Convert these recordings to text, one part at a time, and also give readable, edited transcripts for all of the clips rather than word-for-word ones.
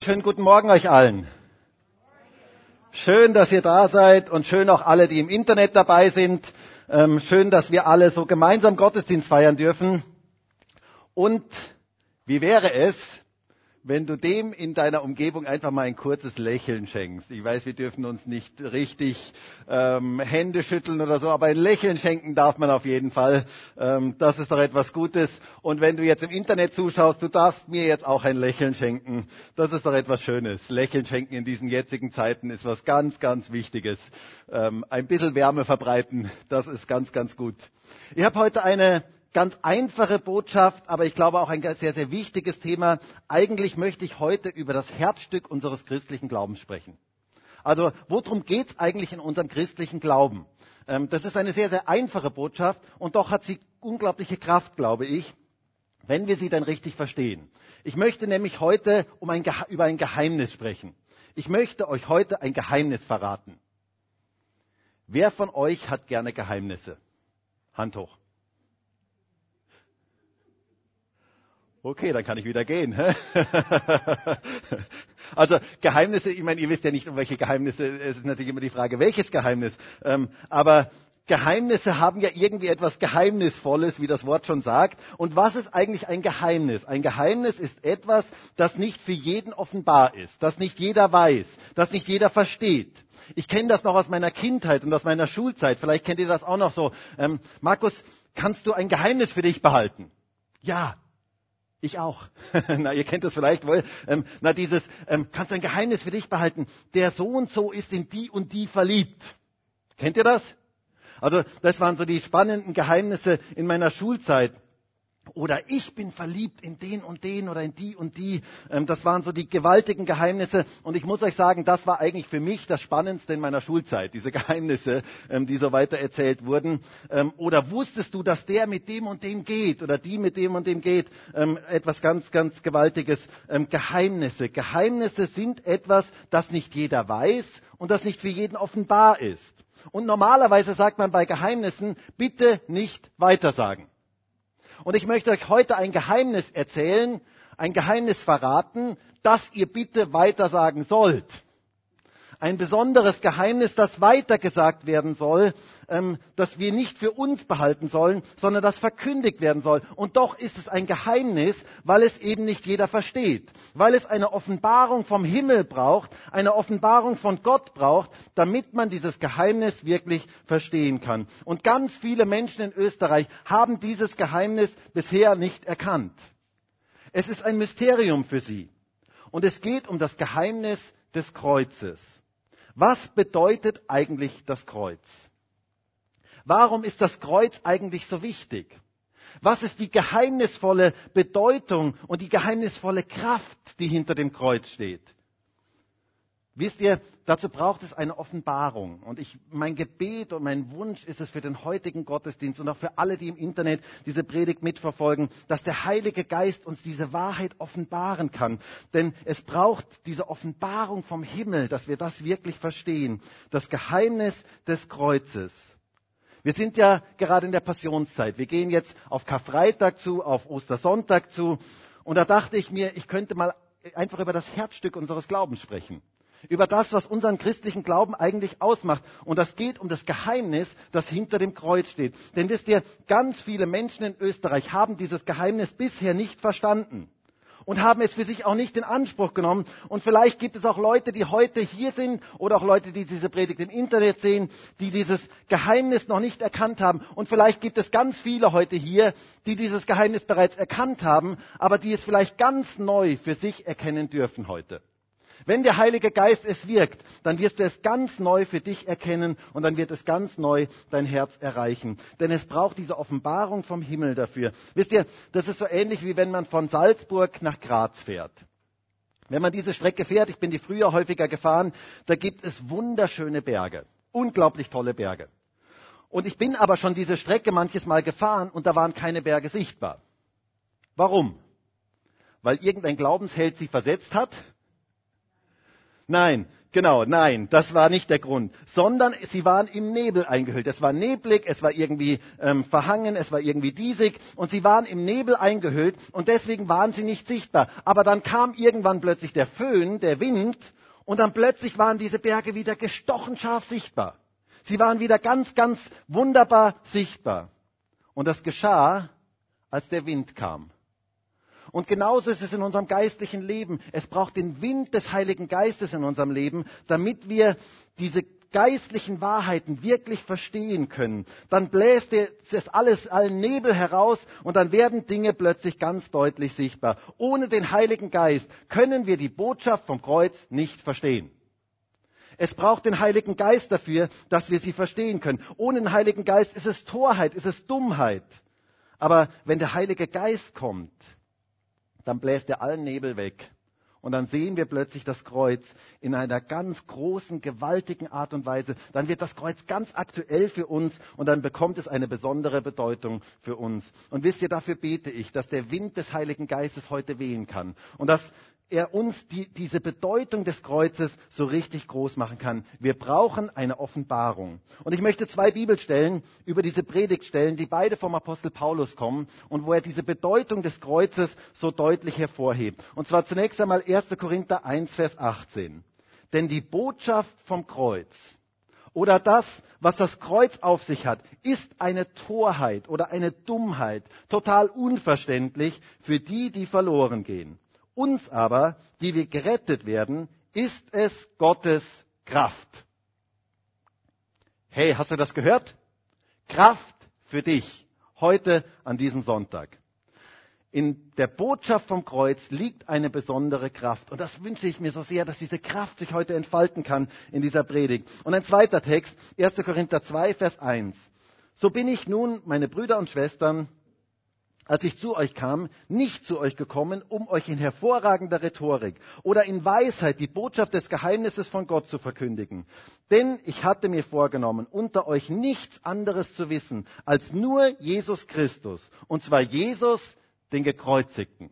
Wunderschönen guten Morgen euch allen. Schön, dass ihr da seid und schön auch alle, die im Internet dabei sind. Schön, dass wir alle so gemeinsam Gottesdienst feiern dürfen. Und wie wäre es, wenn du dem in deiner Umgebung einfach mal ein kurzes Lächeln schenkst? Ich weiß, wir dürfen uns nicht richtig Hände schütteln oder so, aber ein Lächeln schenken darf man auf jeden Fall. Das ist doch etwas Gutes. Und wenn du jetzt im Internet zuschaust, du darfst mir jetzt auch ein Lächeln schenken. Das ist doch etwas Schönes. Lächeln schenken in diesen jetzigen Zeiten ist was ganz, ganz Wichtiges. Ein bisschen Wärme verbreiten, das ist ganz, ganz gut. Ich habe heute eine ganz einfache Botschaft, aber ich glaube auch ein sehr, sehr wichtiges Thema. Eigentlich möchte ich heute über das Herzstück unseres christlichen Glaubens sprechen. Also, worum geht es eigentlich in unserem christlichen Glauben? Das ist eine sehr, sehr einfache Botschaft und doch hat sie unglaubliche Kraft, glaube ich, wenn wir sie dann richtig verstehen. Ich möchte nämlich heute über ein Geheimnis sprechen. Ich möchte euch heute ein Geheimnis verraten. Wer von euch hat gerne Geheimnisse? Hand hoch. Okay, dann kann ich wieder gehen. Also Geheimnisse, ich meine, ihr wisst ja nicht, um welche Geheimnisse, es ist natürlich immer die Frage, welches Geheimnis. Aber Geheimnisse haben ja irgendwie etwas Geheimnisvolles, wie das Wort schon sagt. Und was ist eigentlich ein Geheimnis? Ein Geheimnis ist etwas, das nicht für jeden offenbar ist, das nicht jeder weiß, das nicht jeder versteht. Ich kenne das noch aus meiner Kindheit und aus meiner Schulzeit. Vielleicht kennt ihr das auch noch so. Markus, kannst du ein Geheimnis für dich behalten? Ja. Ich auch. Na, ihr kennt das vielleicht wohl. Kannst du ein Geheimnis für dich behalten? Der so und so ist in die und die verliebt. Kennt ihr das? Also, das waren so die spannenden Geheimnisse in meiner Schulzeit. Oder ich bin verliebt in den und den oder in die und die. Das waren so die gewaltigen Geheimnisse. Und ich muss euch sagen, das war eigentlich für mich das Spannendste in meiner Schulzeit. Diese Geheimnisse, die so weiter erzählt wurden. Oder wusstest du, dass der mit dem und dem geht? Oder die mit dem und dem geht? Etwas ganz, ganz Gewaltiges. Geheimnisse. Geheimnisse sind etwas, das nicht jeder weiß und das nicht für jeden offenbar ist. Und normalerweise sagt man bei Geheimnissen, bitte nicht weitersagen. Und ich möchte euch heute ein Geheimnis erzählen, ein Geheimnis verraten, das ihr bitte weitersagen sollt. Ein besonderes Geheimnis, das weitergesagt werden soll, das wir nicht für uns behalten sollen, sondern das verkündigt werden soll. Und doch ist es ein Geheimnis, weil es eben nicht jeder versteht. Weil es eine Offenbarung vom Himmel braucht, eine Offenbarung von Gott braucht, damit man dieses Geheimnis wirklich verstehen kann. Und ganz viele Menschen in Österreich haben dieses Geheimnis bisher nicht erkannt. Es ist ein Mysterium für sie. Und es geht um das Geheimnis des Kreuzes. Was bedeutet eigentlich das Kreuz? Warum ist das Kreuz eigentlich so wichtig? Was ist die geheimnisvolle Bedeutung und die geheimnisvolle Kraft, die hinter dem Kreuz steht? Wisst ihr, dazu braucht es eine Offenbarung. Und mein Gebet und mein Wunsch ist es für den heutigen Gottesdienst und auch für alle, die im Internet diese Predigt mitverfolgen, dass der Heilige Geist uns diese Wahrheit offenbaren kann. Denn es braucht diese Offenbarung vom Himmel, dass wir das wirklich verstehen. Das Geheimnis des Kreuzes. Wir sind ja gerade in der Passionszeit. Wir gehen jetzt auf Karfreitag zu, auf Ostersonntag zu. Und da dachte ich mir, ich könnte mal einfach über das Herzstück unseres Glaubens sprechen. Über das, was unseren christlichen Glauben eigentlich ausmacht. Und das geht um das Geheimnis, das hinter dem Kreuz steht. Denn wisst ihr, ganz viele Menschen in Österreich haben dieses Geheimnis bisher nicht verstanden. Und haben es für sich auch nicht in Anspruch genommen. Und vielleicht gibt es auch Leute, die heute hier sind oder auch Leute, die diese Predigt im Internet sehen, die dieses Geheimnis noch nicht erkannt haben. Und vielleicht gibt es ganz viele heute hier, die dieses Geheimnis bereits erkannt haben, aber die es vielleicht ganz neu für sich erkennen dürfen heute. Wenn der Heilige Geist es wirkt, dann wirst du es ganz neu für dich erkennen und dann wird es ganz neu dein Herz erreichen. Denn es braucht diese Offenbarung vom Himmel dafür. Wisst ihr, das ist so ähnlich wie wenn man von Salzburg nach Graz fährt. Wenn man diese Strecke fährt, ich bin die früher häufiger gefahren, da gibt es wunderschöne Berge, unglaublich tolle Berge. Und ich bin aber schon diese Strecke manches Mal gefahren und da waren keine Berge sichtbar. Warum? Weil irgendein Glaubensheld sie versetzt hat? Nein, genau, nein, das war nicht der Grund, sondern sie waren im Nebel eingehüllt. Es war neblig, es war irgendwie verhangen, es war irgendwie diesig und sie waren im Nebel eingehüllt und deswegen waren sie nicht sichtbar. Aber dann kam irgendwann plötzlich der Föhn, der Wind und dann plötzlich waren diese Berge wieder gestochen scharf sichtbar. Sie waren wieder ganz, ganz wunderbar sichtbar. Und das geschah, als der Wind kam. Und genauso ist es in unserem geistlichen Leben. Es braucht den Wind des Heiligen Geistes in unserem Leben, damit wir diese geistlichen Wahrheiten wirklich verstehen können. Dann bläst das alles allen Nebel heraus und dann werden Dinge plötzlich ganz deutlich sichtbar. Ohne den Heiligen Geist können wir die Botschaft vom Kreuz nicht verstehen. Es braucht den Heiligen Geist dafür, dass wir sie verstehen können. Ohne den Heiligen Geist ist es Torheit, ist es Dummheit. Aber wenn der Heilige Geist kommt, dann bläst er allen Nebel weg. Und dann sehen wir plötzlich das Kreuz in einer ganz großen, gewaltigen Art und Weise. Dann wird das Kreuz ganz aktuell für uns und dann bekommt es eine besondere Bedeutung für uns. Und wisst ihr, dafür bete ich, dass der Wind des Heiligen Geistes heute wehen kann. Und dass er uns diese Bedeutung des Kreuzes so richtig groß machen kann. Wir brauchen eine Offenbarung. Und ich möchte 2 Bibelstellen über diese Predigt stellen, die beide vom Apostel Paulus kommen und wo er diese Bedeutung des Kreuzes so deutlich hervorhebt. Und zwar zunächst einmal 1. Korinther 1, Vers 18. Denn die Botschaft vom Kreuz oder das, was das Kreuz auf sich hat, ist eine Torheit oder eine Dummheit, total unverständlich für die, die verloren gehen. Uns aber, die wir gerettet werden, ist es Gottes Kraft. Hey, hast du das gehört? Kraft für dich, heute an diesem Sonntag. In der Botschaft vom Kreuz liegt eine besondere Kraft. Und das wünsche ich mir so sehr, dass diese Kraft sich heute entfalten kann in dieser Predigt. Und ein zweiter Text, 1. Korinther 2, Vers 1. So bin ich nun, meine Brüder und Schwestern, als ich zu euch kam, nicht zu euch gekommen, um euch in hervorragender Rhetorik oder in Weisheit die Botschaft des Geheimnisses von Gott zu verkündigen. Denn ich hatte mir vorgenommen, unter euch nichts anderes zu wissen, als nur Jesus Christus. Und zwar Jesus, den Gekreuzigten.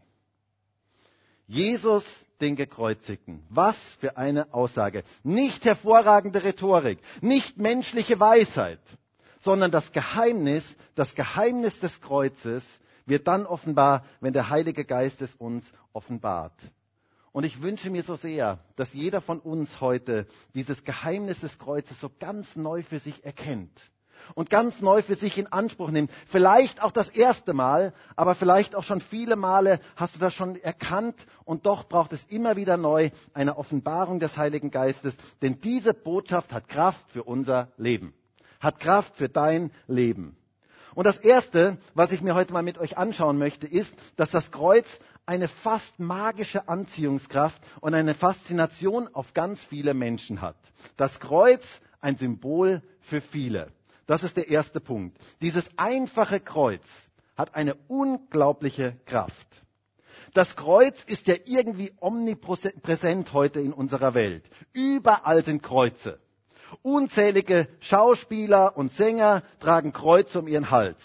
Jesus, den Gekreuzigten. Was für eine Aussage. Nicht hervorragende Rhetorik, nicht menschliche Weisheit, sondern das Geheimnis des Kreuzes, wird dann offenbar, wenn der Heilige Geist es uns offenbart. Und ich wünsche mir so sehr, dass jeder von uns heute dieses Geheimnis des Kreuzes so ganz neu für sich erkennt und ganz neu für sich in Anspruch nimmt. Vielleicht auch das erste Mal, aber vielleicht auch schon viele Male hast du das schon erkannt und doch braucht es immer wieder neu eine Offenbarung des Heiligen Geistes, denn diese Botschaft hat Kraft für unser Leben, hat Kraft für dein Leben. Und das Erste, was ich mir heute mal mit euch anschauen möchte, ist, dass das Kreuz eine fast magische Anziehungskraft und eine Faszination auf ganz viele Menschen hat. Das Kreuz ein Symbol für viele. Das ist der erste Punkt. Dieses einfache Kreuz hat eine unglaubliche Kraft. Das Kreuz ist ja irgendwie omnipräsent heute in unserer Welt. Überall sind Kreuze. Unzählige Schauspieler und Sänger tragen Kreuze um ihren Hals.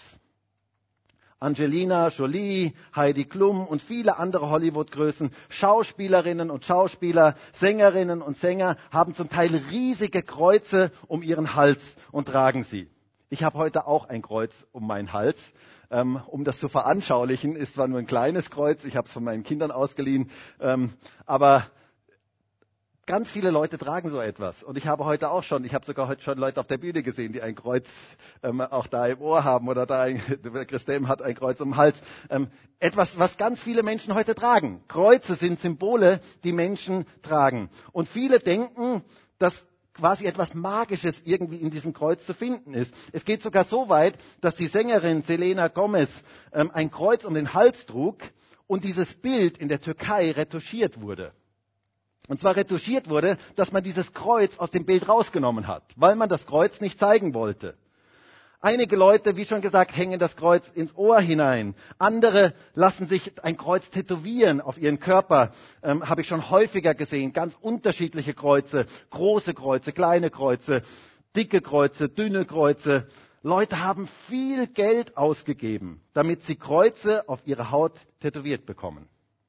Angelina Jolie, Heidi Klum und viele andere Hollywood-Größen, Schauspielerinnen und Schauspieler, Sängerinnen und Sänger haben zum Teil riesige Kreuze um ihren Hals und tragen sie. Ich habe heute auch ein Kreuz um meinen Hals. Um das zu veranschaulichen, ist zwar nur ein kleines Kreuz, ich habe es von meinen Kindern ausgeliehen, aber ganz viele Leute tragen so etwas. Und ich habe sogar heute schon Leute auf der Bühne gesehen, die ein Kreuz auch da im Ohr haben oder Christem hat ein Kreuz um den Hals. Etwas, was ganz viele Menschen heute tragen. Kreuze sind Symbole, die Menschen tragen. Und viele denken, dass quasi etwas Magisches irgendwie in diesem Kreuz zu finden ist. Es geht sogar so weit, dass die Sängerin Selena Gomez ein Kreuz um den Hals trug und dieses Bild in der Türkei retuschiert wurde. Und zwar retuschiert wurde, dass man dieses Kreuz aus dem Bild rausgenommen hat, weil man das Kreuz nicht zeigen wollte. Einige Leute, wie schon gesagt, hängen das Kreuz ins Ohr hinein. Andere lassen sich ein Kreuz tätowieren auf ihren Körper. Habe ich schon häufiger gesehen. Ganz unterschiedliche Kreuze. Große Kreuze, kleine Kreuze, dicke Kreuze, dünne Kreuze. Leute haben viel Geld ausgegeben, damit sie Kreuze auf ihre Haut tätowiert bekommen.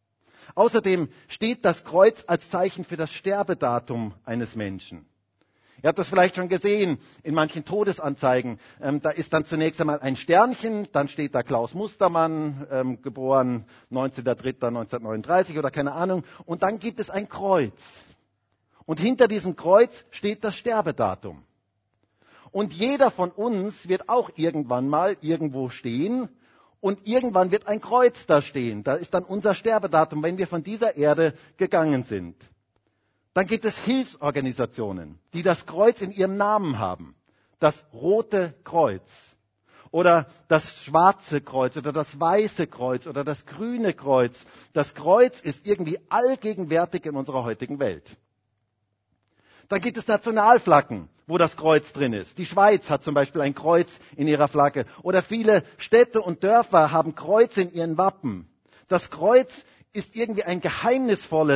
Außerdem steht das Kreuz als Zeichen für das Sterbedatum eines Menschen. Ihr habt das vielleicht schon gesehen in manchen Todesanzeigen. Da ist dann zunächst einmal ein Sternchen, dann steht da Klaus Mustermann, geboren 19.03.1939 oder keine Ahnung. Und dann gibt es ein Kreuz. Und hinter diesem Kreuz steht das Sterbedatum. Und jeder von uns wird auch irgendwann mal irgendwo stehen und irgendwann wird ein Kreuz da stehen. Da ist dann unser Sterbedatum, wenn wir von dieser Erde gegangen sind. Dann gibt es Hilfsorganisationen, die das Kreuz in ihrem Namen haben. Das Rote Kreuz oder das Schwarze Kreuz oder das Weiße Kreuz oder das Grüne Kreuz. Das Kreuz ist irgendwie allgegenwärtig in unserer heutigen Welt. Dann gibt es Nationalflaggen, wo das Kreuz drin ist. Die Schweiz hat zum Beispiel ein Kreuz in ihrer Flagge. Oder viele Städte und Dörfer haben Kreuze in ihren Wappen. Das Kreuz ist irgendwie ein geheimnisvolles,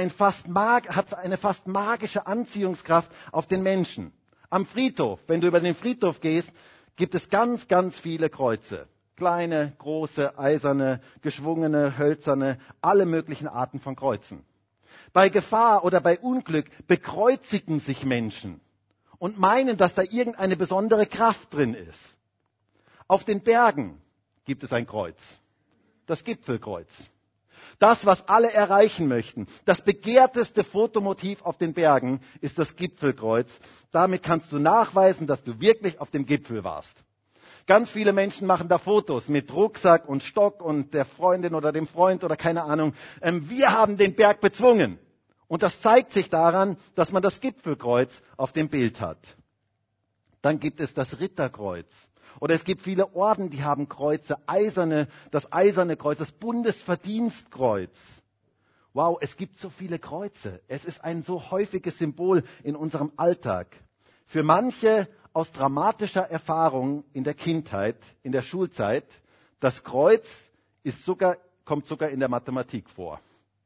hat eine fast magische Anziehungskraft auf den Menschen. Am Friedhof, wenn du über den Friedhof gehst, gibt es ganz, ganz viele Kreuze. Kleine, große, eiserne, geschwungene, hölzerne, alle möglichen Arten von Kreuzen. Bei Gefahr oder bei Unglück bekreuzigen sich Menschen und meinen, dass da irgendeine besondere Kraft drin ist. Auf den Bergen gibt es ein Kreuz, das Gipfelkreuz. Das, was alle erreichen möchten, das begehrteste Fotomotiv auf den Bergen ist das Gipfelkreuz. Damit kannst du nachweisen, dass du wirklich auf dem Gipfel warst. Ganz viele Menschen machen da Fotos mit Rucksack und Stock und der Freundin oder dem Freund oder keine Ahnung. Wir haben den Berg bezwungen. Und das zeigt sich daran, dass man das Gipfelkreuz auf dem Bild hat. Dann gibt es das Ritterkreuz. Oder es gibt viele Orden, die haben Kreuze, das eiserne Kreuz, das Bundesverdienstkreuz. Wow, es gibt so viele Kreuze. Es ist ein so häufiges Symbol in unserem Alltag. Für manche aus dramatischer Erfahrung in der Kindheit, in der Schulzeit, das Kreuz kommt sogar in der Mathematik vor.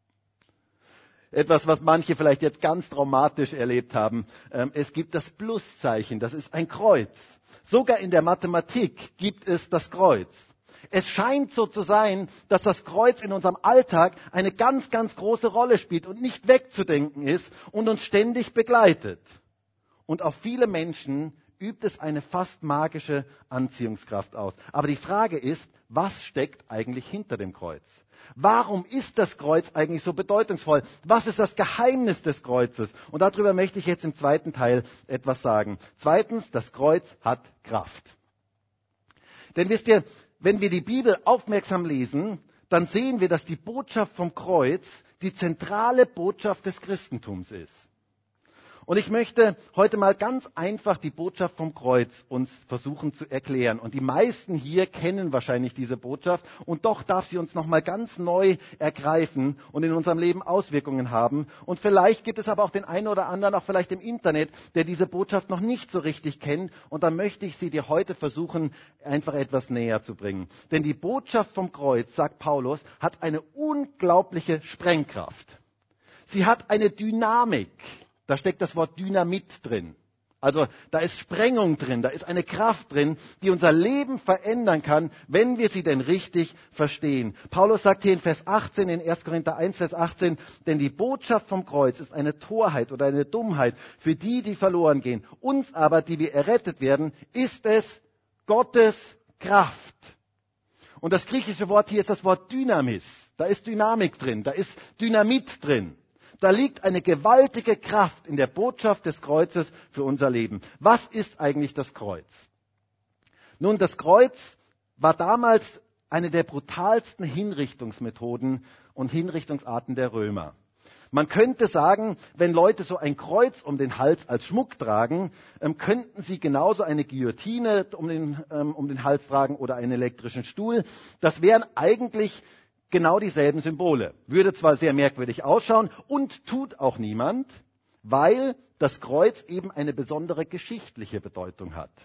Etwas, was manche vielleicht jetzt ganz traumatisch erlebt haben. Es gibt das Pluszeichen, das ist ein Kreuz. Sogar in der Mathematik gibt es das Kreuz. Es scheint so zu sein, dass das Kreuz in unserem Alltag eine ganz, ganz große Rolle spielt und nicht wegzudenken ist und uns ständig begleitet. Und auf viele Menschen übt es eine fast magische Anziehungskraft aus. Aber die Frage ist, was steckt eigentlich hinter dem Kreuz? Warum ist das Kreuz eigentlich so bedeutungsvoll? Was ist das Geheimnis des Kreuzes? Und darüber möchte ich jetzt im zweiten Teil etwas sagen. Zweitens, das Kreuz hat Kraft. Denn wisst ihr, wenn wir die Bibel aufmerksam lesen, dann sehen wir, dass die Botschaft vom Kreuz die zentrale Botschaft des Christentums ist. Und ich möchte heute mal ganz einfach die Botschaft vom Kreuz uns versuchen zu erklären. Und die meisten hier kennen wahrscheinlich diese Botschaft und doch darf sie uns nochmal ganz neu ergreifen und in unserem Leben Auswirkungen haben. Und vielleicht gibt es aber auch den einen oder anderen, auch vielleicht im Internet, der diese Botschaft noch nicht so richtig kennt. Und dann möchte ich sie dir heute versuchen, einfach etwas näher zu bringen. Denn die Botschaft vom Kreuz, sagt Paulus, hat eine unglaubliche Sprengkraft. Sie hat eine Dynamik. Da steckt das Wort Dynamit drin. Also da ist Sprengung drin, da ist eine Kraft drin, die unser Leben verändern kann, wenn wir sie denn richtig verstehen. Paulus sagt hier in Vers 18, in 1. Korinther 1, Vers 18, denn die Botschaft vom Kreuz ist eine Torheit oder eine Dummheit für die, die verloren gehen. Uns aber, die wir errettet werden, ist es Gottes Kraft. Und das griechische Wort hier ist das Wort Dynamis. Da ist Dynamik drin, da ist Dynamit drin. Da liegt eine gewaltige Kraft in der Botschaft des Kreuzes für unser Leben. Was ist eigentlich das Kreuz? Nun, das Kreuz war damals eine der brutalsten Hinrichtungsmethoden und Hinrichtungsarten der Römer. Man könnte sagen, wenn Leute so ein Kreuz um den Hals als Schmuck tragen, könnten sie genauso eine Guillotine um den Hals tragen oder einen elektrischen Stuhl. Das wären eigentlich genau dieselben Symbole. Würde zwar sehr merkwürdig ausschauen und tut auch niemand, weil das Kreuz eben eine besondere geschichtliche Bedeutung hat.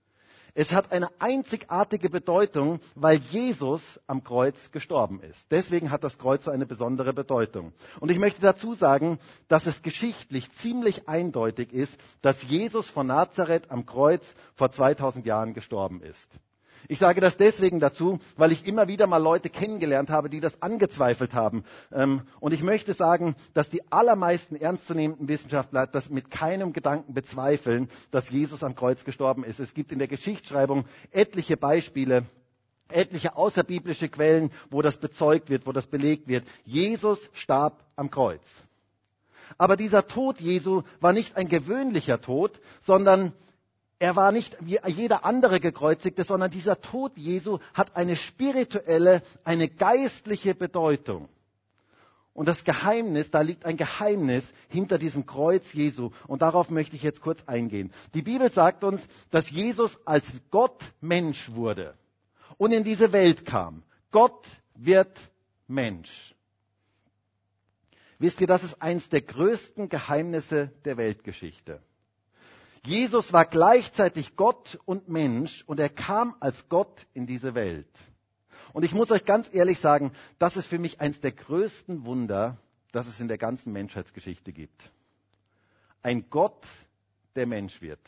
Es hat eine einzigartige Bedeutung, weil Jesus am Kreuz gestorben ist. Deswegen hat das Kreuz so eine besondere Bedeutung. Und ich möchte dazu sagen, dass es geschichtlich ziemlich eindeutig ist, dass Jesus von Nazareth am Kreuz vor 2000 Jahren gestorben ist. Ich sage das deswegen dazu, weil ich immer wieder mal Leute kennengelernt habe, die das angezweifelt haben. Und ich möchte sagen, dass die allermeisten ernstzunehmenden Wissenschaftler das mit keinem Gedanken bezweifeln, dass Jesus am Kreuz gestorben ist. Es gibt in der Geschichtsschreibung etliche Beispiele, etliche außerbiblische Quellen, wo das bezeugt wird, wo das belegt wird. Jesus starb am Kreuz. Aber dieser Tod Jesu war nicht ein gewöhnlicher Tod, sondern er war nicht wie jeder andere Gekreuzigte, sondern dieser Tod Jesu hat eine spirituelle, eine geistliche Bedeutung. Und das Geheimnis, da liegt ein Geheimnis hinter diesem Kreuz Jesu. Und darauf möchte ich jetzt kurz eingehen. Die Bibel sagt uns, dass Jesus als Gott Mensch wurde und in diese Welt kam. Gott wird Mensch. Wisst ihr, das ist eines der größten Geheimnisse der Weltgeschichte. Jesus war gleichzeitig Gott und Mensch und er kam als Gott in diese Welt. Und ich muss euch ganz ehrlich sagen, das ist für mich eines der größten Wunder, das es in der ganzen Menschheitsgeschichte gibt. Ein Gott, der Mensch wird.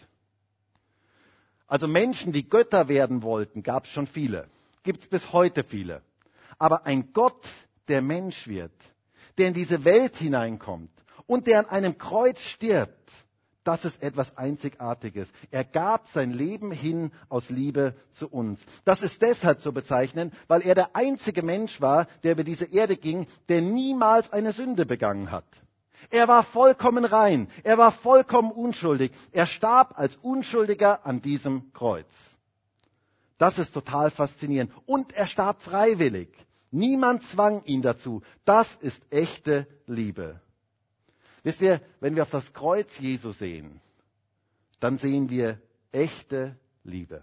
Also Menschen, die Götter werden wollten, gab es schon viele. Gibt es bis heute viele. Aber ein Gott, der Mensch wird, der in diese Welt hineinkommt und der an einem Kreuz stirbt, das ist etwas Einzigartiges. Er gab sein Leben hin aus Liebe zu uns. Das ist deshalb zu bezeichnen, weil er der einzige Mensch war, der über diese Erde ging, der niemals eine Sünde begangen hat. Er war vollkommen rein. Er war vollkommen unschuldig. Er starb als Unschuldiger an diesem Kreuz. Das ist total faszinierend. Und er starb freiwillig. Niemand zwang ihn dazu. Das ist echte Liebe. Wisst ihr, wenn wir auf das Kreuz Jesu sehen, dann sehen wir echte Liebe.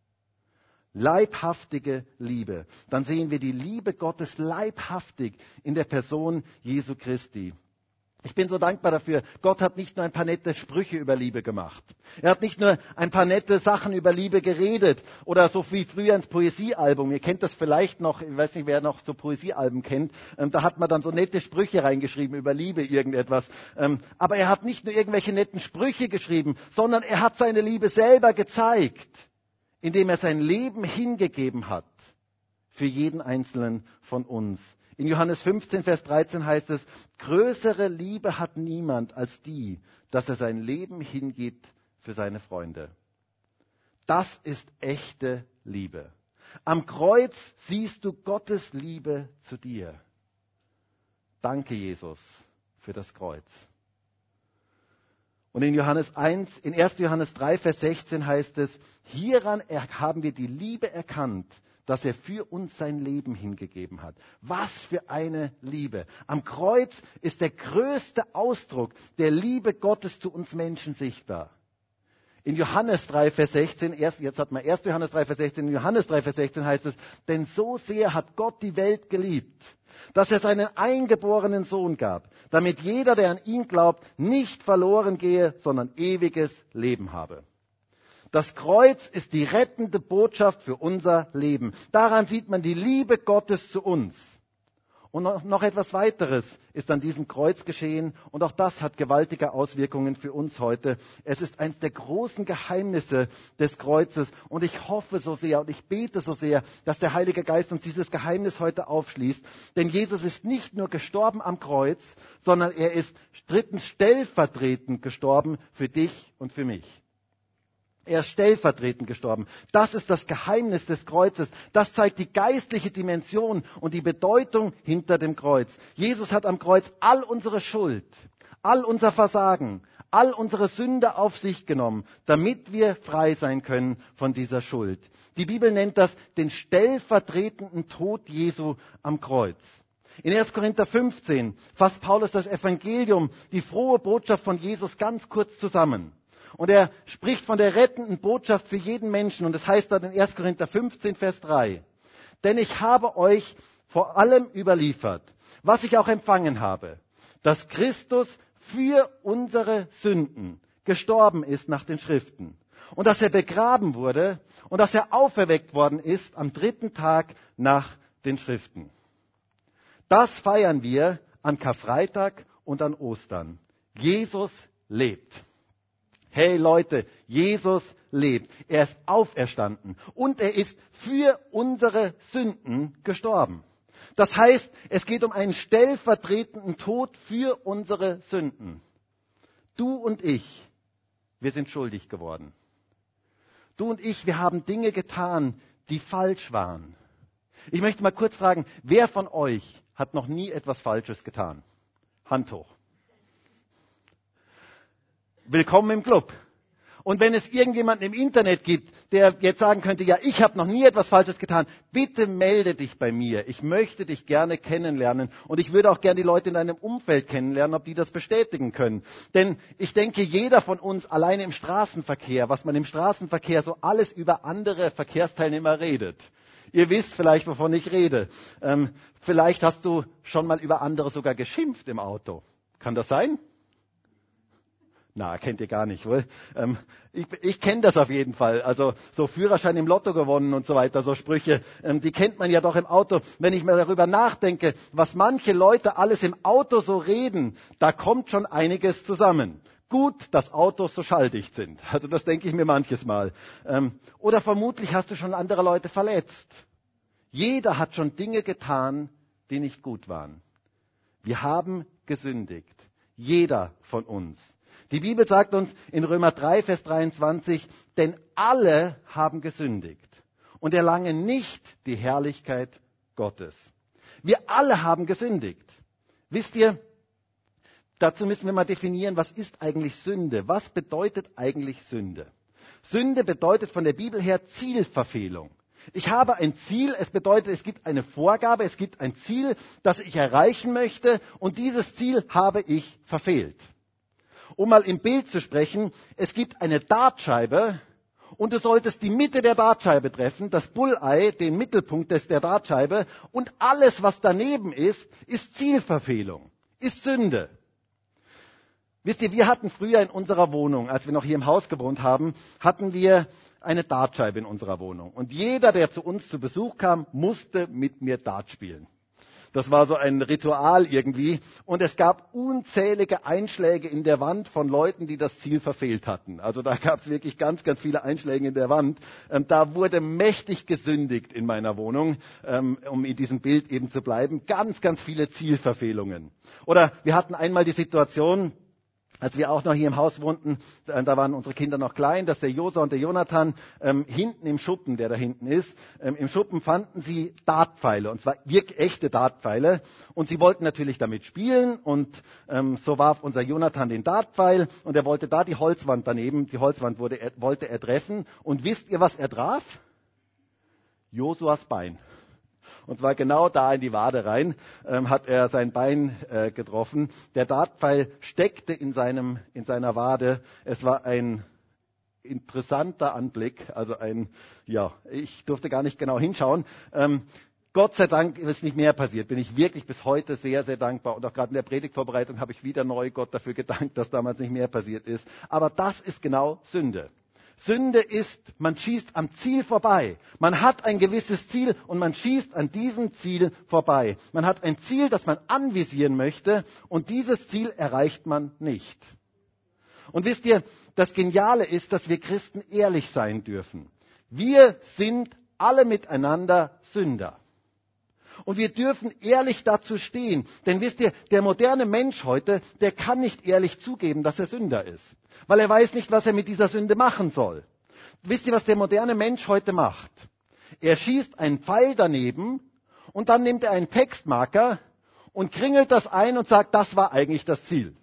Leibhaftige Liebe. Dann sehen wir die Liebe Gottes leibhaftig in der Person Jesu Christi. Ich bin so dankbar dafür. Gott hat nicht nur ein paar nette Sprüche über Liebe gemacht. Er hat nicht nur ein paar nette Sachen über Liebe geredet oder so wie früher ins Poesiealbum. Ihr kennt das vielleicht noch, ich weiß nicht, wer noch so Poesiealben kennt. Da hat man dann so nette Sprüche reingeschrieben über Liebe, irgendetwas. Aber er hat nicht nur irgendwelche netten Sprüche geschrieben, sondern er hat seine Liebe selber gezeigt, indem er sein Leben hingegeben hat für jeden Einzelnen von uns. In Johannes 15, Vers 13 heißt es, größere Liebe hat niemand als die, dass er sein Leben hingibt für seine Freunde. Das ist echte Liebe. Am Kreuz siehst du Gottes Liebe zu dir. Danke, Jesus, für das Kreuz. Und in 1. Johannes 3, Vers 16 heißt es, hieran haben wir die Liebe erkannt, dass er für uns sein Leben hingegeben hat. Was für eine Liebe. Am Kreuz ist der größte Ausdruck der Liebe Gottes zu uns Menschen sichtbar. In Johannes 3, Vers 16, jetzt hat man 1. Johannes 3, Vers 16, in Johannes 3, Vers 16 heißt es, denn so sehr hat Gott die Welt geliebt, dass er seinen eingeborenen Sohn gab, damit jeder, der an ihn glaubt, nicht verloren gehe, sondern ewiges Leben habe. Das Kreuz ist die rettende Botschaft für unser Leben. Daran sieht man die Liebe Gottes zu uns. Und noch etwas weiteres ist an diesem Kreuz geschehen und auch das hat gewaltige Auswirkungen für uns heute. Es ist eines der großen Geheimnisse des Kreuzes und ich hoffe so sehr und ich bete so sehr, dass der Heilige Geist uns dieses Geheimnis heute aufschließt. Denn Jesus ist nicht nur gestorben am Kreuz, sondern er ist drittens stellvertretend gestorben für dich und für mich. Er ist stellvertretend gestorben. Das ist das Geheimnis des Kreuzes. Das zeigt die geistliche Dimension und die Bedeutung hinter dem Kreuz. Jesus hat am Kreuz all unsere Schuld, all unser Versagen, all unsere Sünde auf sich genommen, damit wir frei sein können von dieser Schuld. Die Bibel nennt das den stellvertretenden Tod Jesu am Kreuz. In 1. Korinther 15 fasst Paulus das Evangelium, die frohe Botschaft von Jesus ganz kurz zusammen. Und er spricht von der rettenden Botschaft für jeden Menschen. Und es heißt dort in 1. Korinther 15, Vers 3. Denn ich habe euch vor allem überliefert, was ich auch empfangen habe, dass Christus für unsere Sünden gestorben ist nach den Schriften. Und dass er begraben wurde und dass er auferweckt worden ist am 3. Tag nach den Schriften. Das feiern wir an Karfreitag und an Ostern. Jesus lebt. Hey Leute, Jesus lebt. Er ist auferstanden und er ist für unsere Sünden gestorben. Das heißt, es geht um einen stellvertretenden Tod für unsere Sünden. Du und ich, wir sind schuldig geworden. Du und ich, wir haben Dinge getan, die falsch waren. Ich möchte mal kurz fragen, wer von euch hat noch nie etwas Falsches getan? Hand hoch. Willkommen im Club. Und wenn es irgendjemanden im Internet gibt, der jetzt sagen könnte, ja, ich habe noch nie etwas Falsches getan, bitte melde dich bei mir. Ich möchte dich gerne kennenlernen und ich würde auch gerne die Leute in deinem Umfeld kennenlernen, ob die das bestätigen können. Denn ich denke, jeder von uns alleine im Straßenverkehr, was man im Straßenverkehr so alles über andere Verkehrsteilnehmer redet. Ihr wisst vielleicht, wovon ich rede. Vielleicht hast du schon mal über andere sogar geschimpft im Auto. Kann das sein? Na, kennt ihr gar nicht, wohl? Ich kenne das auf jeden Fall. Also so Führerschein im Lotto gewonnen und so weiter, so Sprüche, die kennt man ja doch im Auto. Wenn ich mir darüber nachdenke, was manche Leute alles im Auto so reden, da kommt schon einiges zusammen. Gut, dass Autos so schalldicht sind. Also das denke ich mir manches Mal. Oder vermutlich hast du schon andere Leute verletzt. Jeder hat schon Dinge getan, die nicht gut waren. Wir haben gesündigt. Jeder von uns. Die Bibel sagt uns in Römer 3, Vers 23, denn alle haben gesündigt und erlangen nicht die Herrlichkeit Gottes. Wir alle haben gesündigt. Wisst ihr, dazu müssen wir mal definieren, was ist eigentlich Sünde? Was bedeutet eigentlich Sünde? Sünde bedeutet von der Bibel her Zielverfehlung. Ich habe ein Ziel, es bedeutet, es gibt eine Vorgabe, es gibt ein Ziel, das ich erreichen möchte und dieses Ziel habe ich verfehlt. Um mal im Bild zu sprechen, es gibt eine Dartscheibe und du solltest die Mitte der Dartscheibe treffen, das Bullseye, den Mittelpunkt der Dartscheibe und alles, was daneben ist Zielverfehlung, ist Sünde. Wisst ihr, wir hatten früher in unserer Wohnung, als wir noch hier im Haus gewohnt haben, hatten wir eine Dartscheibe in unserer Wohnung. Und jeder, der zu uns zu Besuch kam, musste mit mir Dart spielen. Das war so ein Ritual irgendwie. Und es gab unzählige Einschläge in der Wand von Leuten, die das Ziel verfehlt hatten. Also da gab es wirklich ganz, ganz viele Einschläge in der Wand. Da wurde mächtig gesündigt in meiner Wohnung, um in diesem Bild eben zu bleiben. Ganz, ganz viele Zielverfehlungen. Oder wir hatten einmal die Situation, als wir auch noch hier im Haus wohnten, da waren unsere Kinder noch klein, dass der Josua und der Jonathan hinten im Schuppen, der da hinten ist, im Schuppen fanden sie Dartpfeile, und zwar wirklich echte Dartpfeile. Und sie wollten natürlich damit spielen und so warf unser Jonathan den Dartpfeil und er wollte da die Holzwand daneben, die Holzwand wollte er treffen. Und wisst ihr, was er traf? Josuas Bein. Und zwar genau da in die Wade rein hat er sein Bein getroffen. Der Dartpfeil steckte in seiner Wade. Es war ein interessanter Anblick. Also ich durfte gar nicht genau hinschauen. Gott sei Dank ist nicht mehr passiert. Bin ich wirklich bis heute sehr, sehr dankbar. Und auch gerade in der Predigtvorbereitung habe ich wieder neu Gott dafür gedankt, dass damals nicht mehr passiert ist. Aber das ist genau Sünde. Sünde ist, man schießt am Ziel vorbei. Man hat ein gewisses Ziel und man schießt an diesem Ziel vorbei. Man hat ein Ziel, das man anvisieren möchte und dieses Ziel erreicht man nicht. Und wisst ihr, das Geniale ist, dass wir Christen ehrlich sein dürfen. Wir sind alle miteinander Sünder. Und wir dürfen ehrlich dazu stehen. Denn wisst ihr, der moderne Mensch heute, der kann nicht ehrlich zugeben, dass er Sünder ist. Weil er weiß nicht, was er mit dieser Sünde machen soll. Wisst ihr, was der moderne Mensch heute macht? Er schießt einen Pfeil daneben und dann nimmt er einen Textmarker und kringelt das ein und sagt, das war eigentlich das Ziel.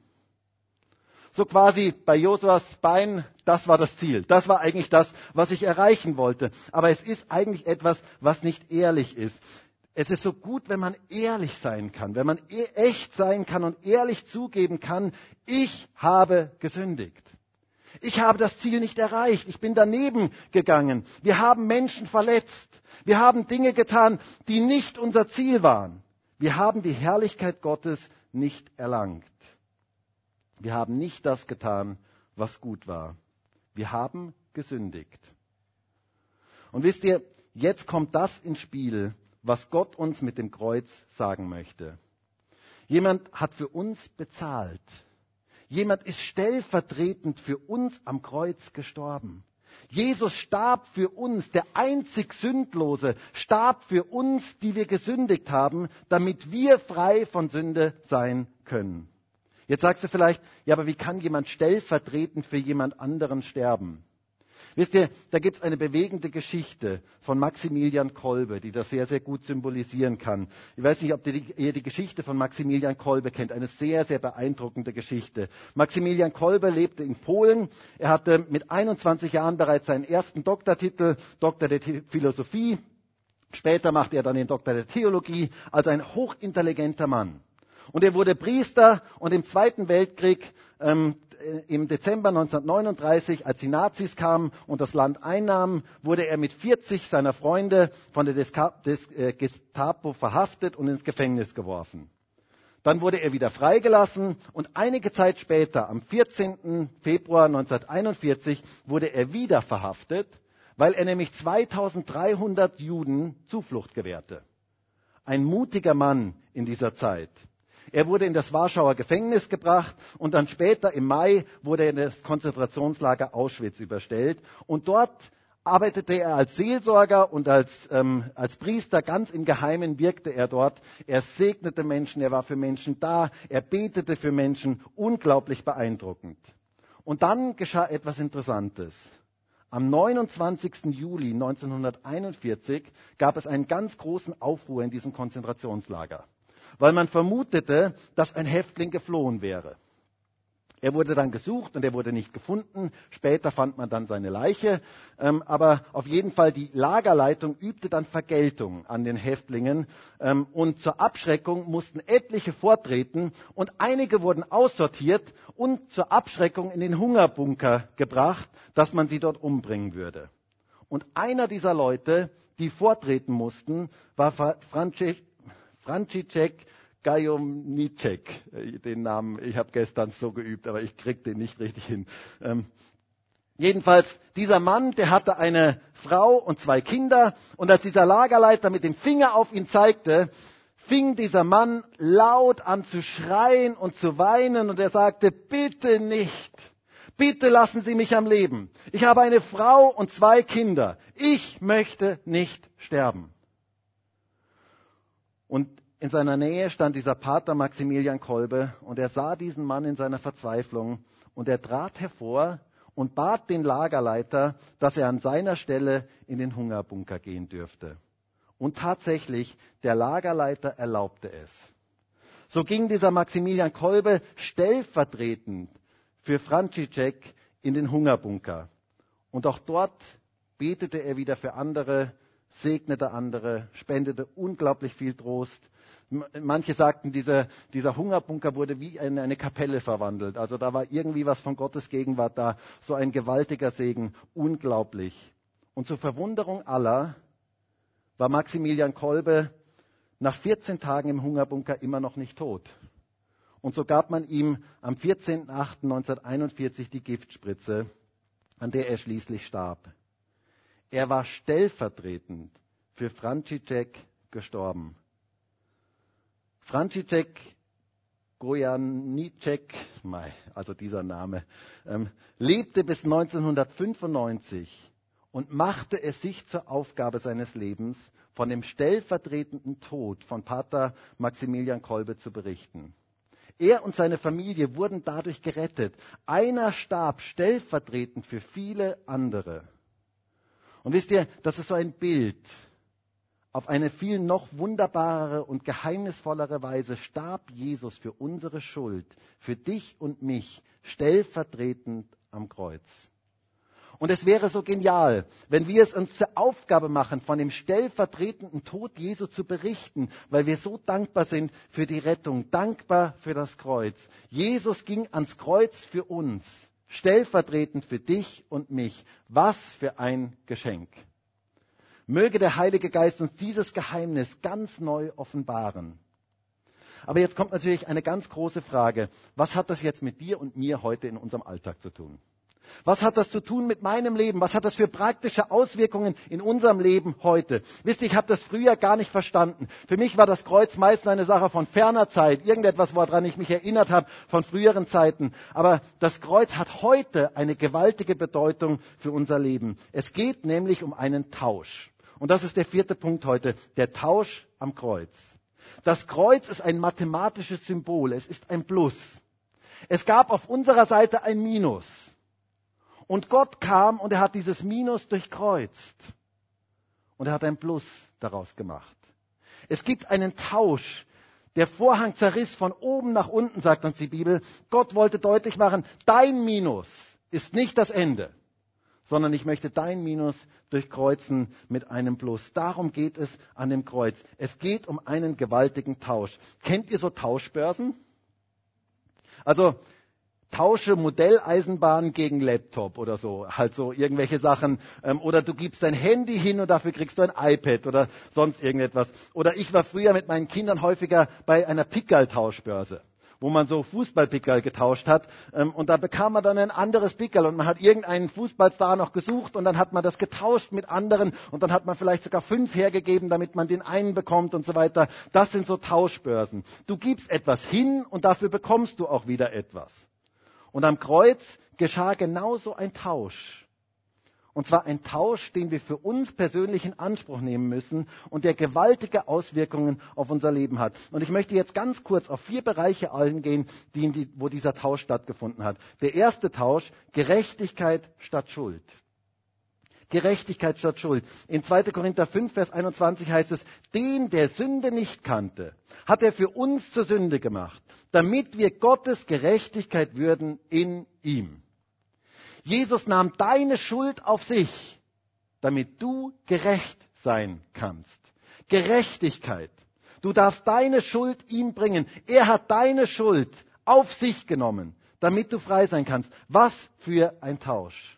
So quasi bei Josuas Bein, das war das Ziel. Das war eigentlich das, was ich erreichen wollte. Aber es ist eigentlich etwas, was nicht ehrlich ist. Es ist so gut, wenn man ehrlich sein kann, wenn man echt sein kann und ehrlich zugeben kann, ich habe gesündigt. Ich habe das Ziel nicht erreicht. Ich bin daneben gegangen. Wir haben Menschen verletzt. Wir haben Dinge getan, die nicht unser Ziel waren. Wir haben die Herrlichkeit Gottes nicht erlangt. Wir haben nicht das getan, was gut war. Wir haben gesündigt. Und wisst ihr, jetzt kommt das ins Spiel, was Gott uns mit dem Kreuz sagen möchte. Jemand hat für uns bezahlt. Jemand ist stellvertretend für uns am Kreuz gestorben. Jesus starb für uns, der einzig Sündlose, starb für uns, die wir gesündigt haben, damit wir frei von Sünde sein können. Jetzt sagst du vielleicht, ja, aber wie kann jemand stellvertretend für jemand anderen sterben? Wisst ihr, da gibt es eine bewegende Geschichte von Maximilian Kolbe, die das sehr, sehr gut symbolisieren kann. Ich weiß nicht, ob ihr die Geschichte von Maximilian Kolbe kennt, eine sehr, sehr beeindruckende Geschichte. Maximilian Kolbe lebte in Polen. Er hatte mit 21 Jahren bereits seinen ersten Doktortitel, Doktor der Philosophie. Später machte er dann den Doktor der Theologie, also ein hochintelligenter Mann. Und er wurde Priester und im Zweiten Weltkrieg im Dezember 1939, als die Nazis kamen und das Land einnahmen, wurde er mit 40 seiner Freunde von der Gestapo verhaftet und ins Gefängnis geworfen. Dann wurde er wieder freigelassen und einige Zeit später, am 14. Februar 1941, wurde er wieder verhaftet, weil er nämlich 2300 Juden Zuflucht gewährte. Ein mutiger Mann in dieser Zeit. Er wurde in das Warschauer Gefängnis gebracht und dann später im Mai wurde er in das Konzentrationslager Auschwitz überstellt. Und dort arbeitete er als Seelsorger und als Priester, ganz im Geheimen wirkte er dort. Er segnete Menschen, er war für Menschen da, er betete für Menschen, unglaublich beeindruckend. Und dann geschah etwas Interessantes. Am 29. Juli 1941 gab es einen ganz großen Aufruhr in diesem Konzentrationslager, weil man vermutete, dass ein Häftling geflohen wäre. Er wurde dann gesucht und er wurde nicht gefunden. Später fand man dann seine Leiche. Aber auf jeden Fall, die Lagerleitung übte dann Vergeltung an den Häftlingen. Und zur Abschreckung mussten etliche vortreten und einige wurden aussortiert und zur Abschreckung in den Hungerbunker gebracht, dass man sie dort umbringen würde. Und einer dieser Leute, die vortreten mussten, war František Gajowniczek, den Namen, ich habe gestern so geübt, aber ich kriege den nicht richtig hin. Jedenfalls, dieser Mann, der hatte eine Frau und 2 Kinder und als dieser Lagerleiter mit dem Finger auf ihn zeigte, fing dieser Mann laut an zu schreien und zu weinen und er sagte, bitte nicht, bitte lassen Sie mich am Leben. Ich habe eine Frau und 2 Kinder. Ich möchte nicht sterben. Und in seiner Nähe stand dieser Pater Maximilian Kolbe und er sah diesen Mann in seiner Verzweiflung und er trat hervor und bat den Lagerleiter, dass er an seiner Stelle in den Hungerbunker gehen dürfte. Und tatsächlich, der Lagerleiter erlaubte es. So ging dieser Maximilian Kolbe stellvertretend für František in den Hungerbunker. Und auch dort betete er wieder für andere, segnete andere, spendete unglaublich viel Trost. Manche sagten, dieser Hungerbunker wurde wie in eine Kapelle verwandelt. Also da war irgendwie was von Gottes Gegenwart da. So ein gewaltiger Segen. Unglaublich. Und zur Verwunderung aller war Maximilian Kolbe nach 14 Tagen im Hungerbunker immer noch nicht tot. Und so gab man ihm am 14.08.1941 die Giftspritze, an der er schließlich starb. Er war stellvertretend für František gestorben. František Gojowniczek, also dieser Name, lebte bis 1995 und machte es sich zur Aufgabe seines Lebens, von dem stellvertretenden Tod von Pater Maximilian Kolbe zu berichten. Er und seine Familie wurden dadurch gerettet. Einer starb stellvertretend für viele andere. Und wisst ihr, das ist so ein Bild. Auf eine viel noch wunderbarere und geheimnisvollere Weise starb Jesus für unsere Schuld, für dich und mich, stellvertretend am Kreuz. Und es wäre so genial, wenn wir es uns zur Aufgabe machen, von dem stellvertretenden Tod Jesu zu berichten, weil wir so dankbar sind für die Rettung, dankbar für das Kreuz. Jesus ging ans Kreuz für uns, stellvertretend für dich und mich. Was für ein Geschenk. Möge der Heilige Geist uns dieses Geheimnis ganz neu offenbaren. Aber jetzt kommt natürlich eine ganz große Frage. Was hat das jetzt mit dir und mir heute in unserem Alltag zu tun? Was hat das zu tun mit meinem Leben? Was hat das für praktische Auswirkungen in unserem Leben heute? Wisst ihr, ich habe das früher gar nicht verstanden. Für mich war das Kreuz meistens eine Sache von ferner Zeit, irgendetwas, woran ich mich erinnert habe von früheren Zeiten. Aber das Kreuz hat heute eine gewaltige Bedeutung für unser Leben. Es geht nämlich um einen Tausch. Und das ist der 4. Punkt heute, der Tausch am Kreuz. Das Kreuz ist ein mathematisches Symbol, es ist ein Plus. Es gab auf unserer Seite ein Minus. Und Gott kam und er hat dieses Minus durchkreuzt. Und er hat ein Plus daraus gemacht. Es gibt einen Tausch. Der Vorhang zerriss von oben nach unten, sagt uns die Bibel. Gott wollte deutlich machen, dein Minus ist nicht das Ende, sondern ich möchte dein Minus durchkreuzen mit einem Plus. Darum geht es an dem Kreuz. Es geht um einen gewaltigen Tausch. Kennt ihr so Tauschbörsen? Also tausche Modelleisenbahn gegen Laptop oder so, halt so irgendwelche Sachen. Oder du gibst dein Handy hin und dafür kriegst du ein iPad oder sonst irgendetwas. Oder ich war früher mit meinen Kindern häufiger bei einer Pickerl-Tauschbörse, wo man so Fußballpickerl getauscht hat. Und da bekam man dann ein anderes Pickerl und man hat irgendeinen Fußballstar noch gesucht und dann hat man das getauscht mit anderen und dann hat man vielleicht sogar 5 hergegeben, damit man den einen bekommt und so weiter. Das sind so Tauschbörsen. Du gibst etwas hin und dafür bekommst du auch wieder etwas. Und am Kreuz geschah genauso ein Tausch. Und zwar ein Tausch, den wir für uns persönlich in Anspruch nehmen müssen und der gewaltige Auswirkungen auf unser Leben hat. Und ich möchte jetzt ganz kurz auf 4 Bereiche eingehen, wo dieser Tausch stattgefunden hat. Der erste Tausch, Gerechtigkeit statt Schuld. Gerechtigkeit statt Schuld. In 2. Korinther 5, Vers 21 heißt es, den, der Sünde nicht kannte, hat er für uns zur Sünde gemacht, damit wir Gottes Gerechtigkeit würden in ihm. Jesus nahm deine Schuld auf sich, damit du gerecht sein kannst. Gerechtigkeit. Du darfst deine Schuld ihm bringen. Er hat deine Schuld auf sich genommen, damit du frei sein kannst. Was für ein Tausch.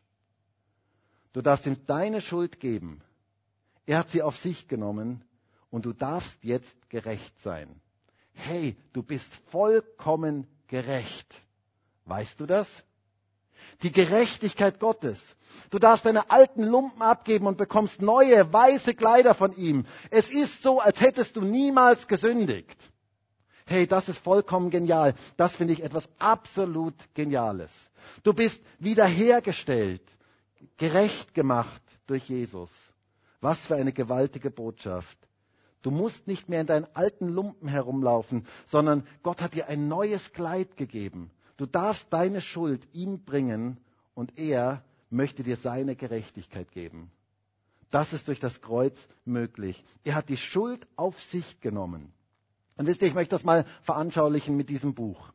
Du darfst ihm deine Schuld geben. Er hat sie auf sich genommen und du darfst jetzt gerecht sein. Hey, du bist vollkommen gerecht. Weißt du das? Die Gerechtigkeit Gottes. Du darfst deine alten Lumpen abgeben und bekommst neue, weiße Kleider von ihm. Es ist so, als hättest du niemals gesündigt. Hey, das ist vollkommen genial. Das finde ich etwas absolut Geniales. Du bist wiederhergestellt, gerecht gemacht durch Jesus. Was für eine gewaltige Botschaft. Du musst nicht mehr in deinen alten Lumpen herumlaufen, sondern Gott hat dir ein neues Kleid gegeben. Du darfst deine Schuld ihm bringen und er möchte dir seine Gerechtigkeit geben. Das ist durch das Kreuz möglich. Er hat die Schuld auf sich genommen. Und wisst ihr, ich möchte das mal veranschaulichen mit diesem Buch.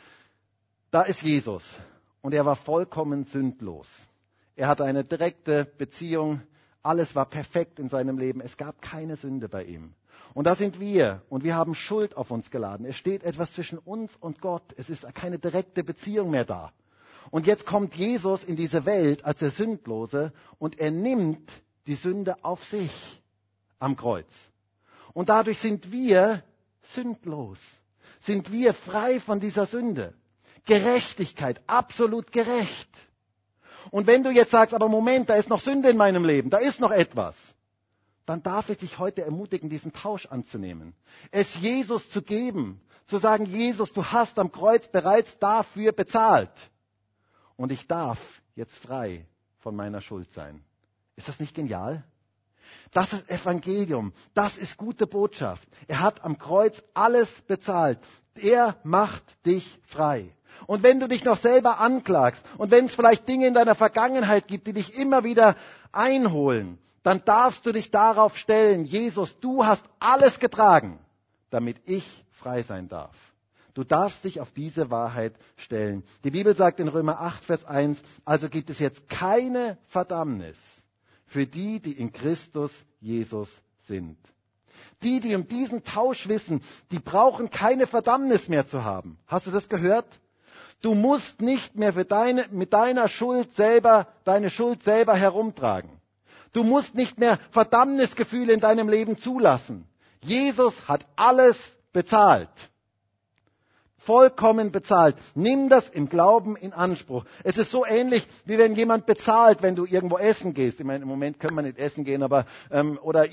Da ist Jesus und er war vollkommen sündlos. Er hatte eine direkte Beziehung. Alles war perfekt in seinem Leben. Es gab keine Sünde bei ihm. Und da sind wir und wir haben Schuld auf uns geladen. Es steht etwas zwischen uns und Gott. Es ist keine direkte Beziehung mehr da. Und jetzt kommt Jesus in diese Welt als der Sündlose und er nimmt die Sünde auf sich am Kreuz. Und dadurch sind wir sündlos. Sind wir frei von dieser Sünde. Gerechtigkeit, absolut gerecht. Und wenn du jetzt sagst, aber Moment, da ist noch Sünde in meinem Leben, da ist noch etwas, dann darf ich dich heute ermutigen, diesen Tausch anzunehmen. Es Jesus zu geben, zu sagen, Jesus, du hast am Kreuz bereits dafür bezahlt. Und ich darf jetzt frei von meiner Schuld sein. Ist das nicht genial? Das ist Evangelium. Das ist gute Botschaft. Er hat am Kreuz alles bezahlt. Er macht dich frei. Und wenn du dich noch selber anklagst und wenn es vielleicht Dinge in deiner Vergangenheit gibt, die dich immer wieder einholen, dann darfst du dich darauf stellen, Jesus, du hast alles getragen, damit ich frei sein darf. Du darfst dich auf diese Wahrheit stellen. Die Bibel sagt in Römer 8, Vers 1, also gibt es jetzt keine Verdammnis für die, die in Christus Jesus sind. Die um diesen Tausch wissen, die brauchen keine Verdammnis mehr zu haben. Hast du das gehört? Du musst nicht mehr mit deiner Schuld selber, deine Schuld selber herumtragen. Du musst nicht mehr Verdammnisgefühle in deinem Leben zulassen. Jesus hat alles bezahlt. vollkommen bezahlt. Nimm das im Glauben in Anspruch. Es ist so ähnlich, wie wenn jemand bezahlt, wenn du irgendwo essen gehst. Ich meine, im Moment können wir nicht essen gehen, aber oder